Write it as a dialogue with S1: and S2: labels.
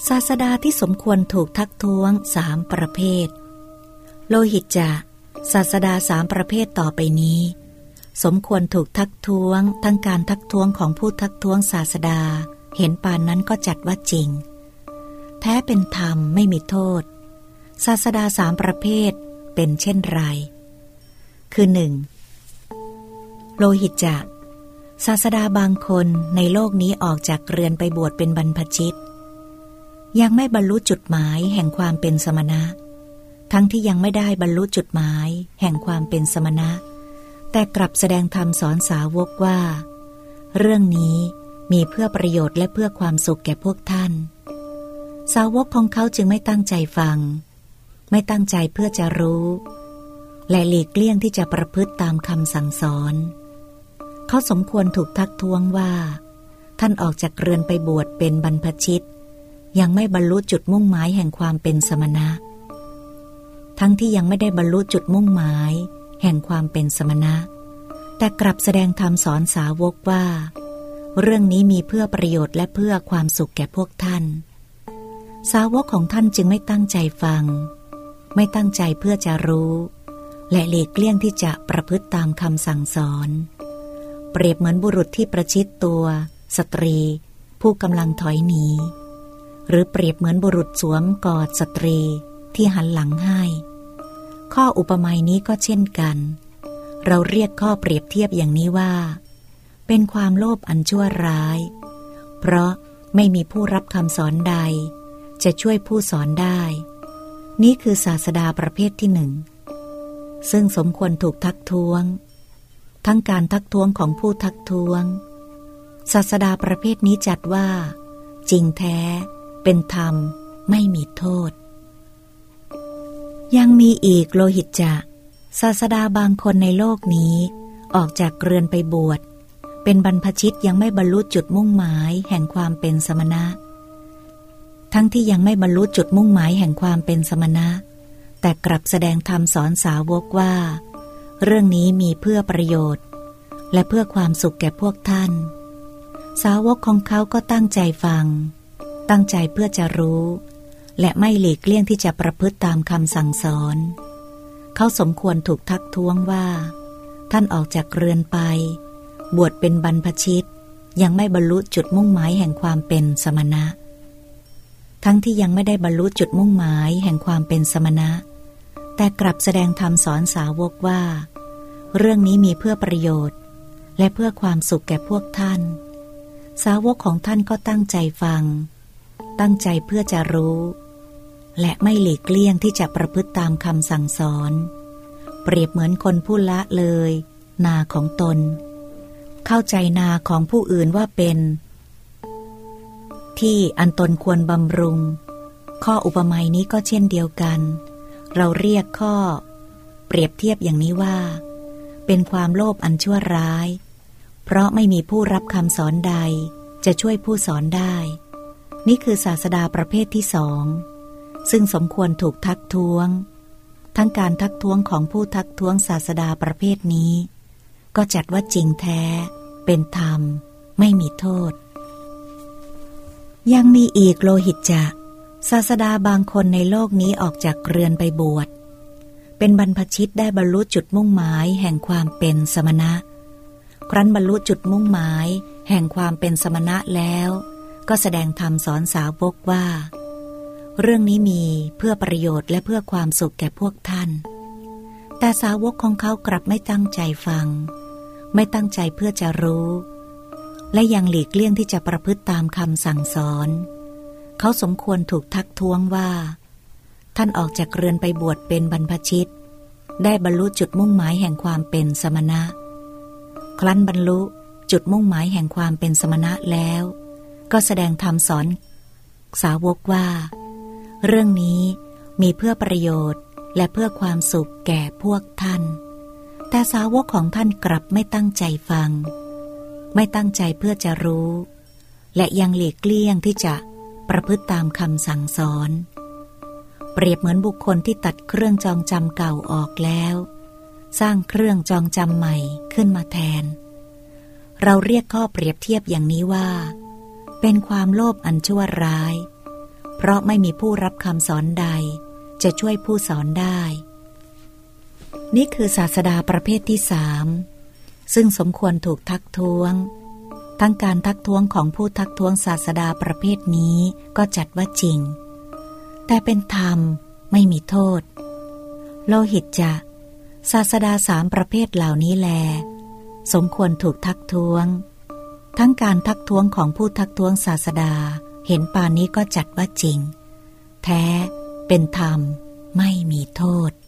S1: ศาสดาที่สมควรถูกทักท้วง3ประเภทโลหิตจะศาสดา3ประเภทต่อไปนี้สมควรถูกทักท้วงทั้งการทักท้วงของผู้ทักท้วงศาสดาเห็นปานนั้นก็จัดว่าจริงแท้เป็นธรรมไม่มีโทษศาสดา3ประเภทเป็นเช่นไรคือ 1. โลหิตจะศาสดาบางคนในโลกนี้ออกจากเรือนไปบวชเป็นบรรพชิตยังไม่บรรลุจุดหมายแห่งความเป็นสมณะทั้งที่ยังไม่ได้บรรลุจุดหมายแห่งความเป็นสมณะแต่กลับแสดงธรรมสอนสาวกว่าเรื่องนี้มีเพื่อประโยชน์และเพื่อความสุขแก่พวกท่านสาวกของเขาจึงไม่ตั้งใจฟังไม่ตั้งใจเพื่อจะรู้และหลีกเลี่ยงที่จะประพฤติตามคำสั่งสอนเขาสมควรถูกทักท้วงว่าท่านออกจากเรือนไปบวชเป็นบรรพชิตยังไม่บรรลุจุดมุ่งหมายแห่งความเป็นสมณะทั้งที่ยังไม่ได้บรรลุจุดมุ่งหมายแห่งความเป็นสมณะแต่กลับแสดงธรรมสอนสาวกว่าเรื่องนี้มีเพื่อประโยชน์และเพื่อความสุขแก่พวกท่านสาวกของท่านจึงไม่ตั้งใจฟังไม่ตั้งใจเพื่อจะรู้และหลีกเลี่ยงที่จะประพฤติตามคำสั่งสอนเปรียบเหมือนบุรุษที่ประชิดตัวสตรีผู้กำลังถอยหนีหรือเปรียบเหมือนบุรุษสวมกอดสตรีที่หันหลังให้ข้ออุปมานี้ก็เช่นกันเราเรียกข้อเปรียบเทียบอย่างนี้ว่าเป็นความโลภอันชั่วร้ายเพราะไม่มีผู้รับคำสอนใดจะช่วยผู้สอนได้นี่คือศาสดาประเภทที่ 1ซึ่งสมควรถูกทักท้วงทั้งการทักท้วงของผู้ทักท้วงศาสดาประเภทนี้จัดว่าจริงแท้เป็นธรรมไม่มีโทษยังมีอีกโลหิตจะศาสดาบางคนในโลกนี้ออกจากเรือนไปบวชเป็นบรรพชิตยังไม่บรรลุจุดมุ่งหมายแห่งความเป็นสมณะทั้งที่ยังไม่บรรลุจุดมุ่งหมายแห่งความเป็นสมณะแต่กลับแสดงธรรมสอนสาวกว่าเรื่องนี้มีเพื่อประโยชน์และเพื่อความสุขแก่พวกท่านสาวกของเขาก็ตั้งใจฟังตั้งใจเพื่อจะรู้และไม่หลีกเลี่ยงที่จะประพฤติตามคำสั่งสอนเขาสมควรถูกทักท้วงว่าท่านออกจากเรือนไปบวชเป็นบรรพชิตยังไม่บรรลุจุดมุ่งหมายแห่งความเป็นสมณะทั้งที่ยังไม่ได้บรรลุจุดมุ่งหมายแห่งความเป็นสมณะแต่กลับแสดงธรรมสอนสาวกว่าเรื่องนี้มีเพื่อประโยชน์และเพื่อความสุขแก่พวกท่านสาวกของท่านก็ตั้งใจฟังตั้งใจเพื่อจะรู้และไม่หลีกเลี่ยงที่จะประพฤติตามคำสั่งสอนเปรียบเหมือนคนผู้ละเลยนาของตนเข้าใจนาของผู้อื่นว่าเป็นที่อันตนควรบำรุงข้ออุปมานี้ก็เช่นเดียวกันเราเรียกข้อเปรียบเทียบอย่างนี้ว่าเป็นความโลภอันชั่วร้ายเพราะไม่มีผู้รับคำสอนใดจะช่วยผู้สอนได้นี่คือศาสดาประเภทที่ 2ซึ่งสมควรถูกทักท้วงทั้งการทักท้วงของผู้ทักท้วงศาสดาประเภทนี้ก็จัดว่าจริงแท้เป็นธรรมไม่มีโทษยังมีอีกโลหิตจะศาสดาบางคนในโลกนี้ออกจากเรือนไปบวชเป็นบรรพชิตได้บรรลุจุดมุ่งหมายแห่งความเป็นสมณะครั้นบรรลุจุดมุ่งหมายแห่งความเป็นสมณะแล้วก็แสดงธรรมสอนสาวกว่าเรื่องนี้มีเพื่อประโยชน์และเพื่อความสุขแก่พวกท่านแต่สาวกของเขากลับไม่ตั้งใจฟังไม่ตั้งใจเพื่อจะรู้และยังหลีกเลี่ยงที่จะประพฤติตามคำสั่งสอนเขาสมควรถูกทักท้วงว่าท่านออกจากเรือนไปบวชเป็นบรรพชิตได้บรรลุจุดมุ่งหมายแห่งความเป็นสมณะครั้นบรรลุจุดมุ่งหมายแห่งความเป็นสมณะแล้วก็แสดงธรรมสอนสาวกว่าเรื่องนี้มีเพื่อประโยชน์และเพื่อความสุขแก่พวกท่านแต่สาวกของท่านกลับไม่ตั้งใจฟังไม่ตั้งใจเพื่อจะรู้และยังหลีกเลี่ยงที่จะประพฤติตามคำสั่งสอนเปรียบเหมือนบุคคลที่ตัดเครื่องจองจำเก่าออกแล้วสร้างเครื่องจองจำใหม่ขึ้นมาแทนเราเรียกข้อเปรียบเทียบอย่างนี้ว่าเป็นความโลภอันชั่วร้ายเพเพราะไม่มีผู้รับคำสอนใดจะช่วยผู้สอนได้นี่คือศาสดาประเภทที่สามซึ่งสมควรถูกทักท้วงทั้งการทักท้วงของผู้ทักท้วงศาสดาประเภทนี้ก็จัดว่าจริงแต่เป็นธรรมไม่มีโทษโลหิตจะศาสดาสามประเภทเหล่านี้แลสมควรถูกทักท้วงทั้งการทักท้วงของผู้ทักท้วงศาสดาเห็นปานนี้ก็จัดว่าจริงแท้เป็นธรรมไม่มีโทษ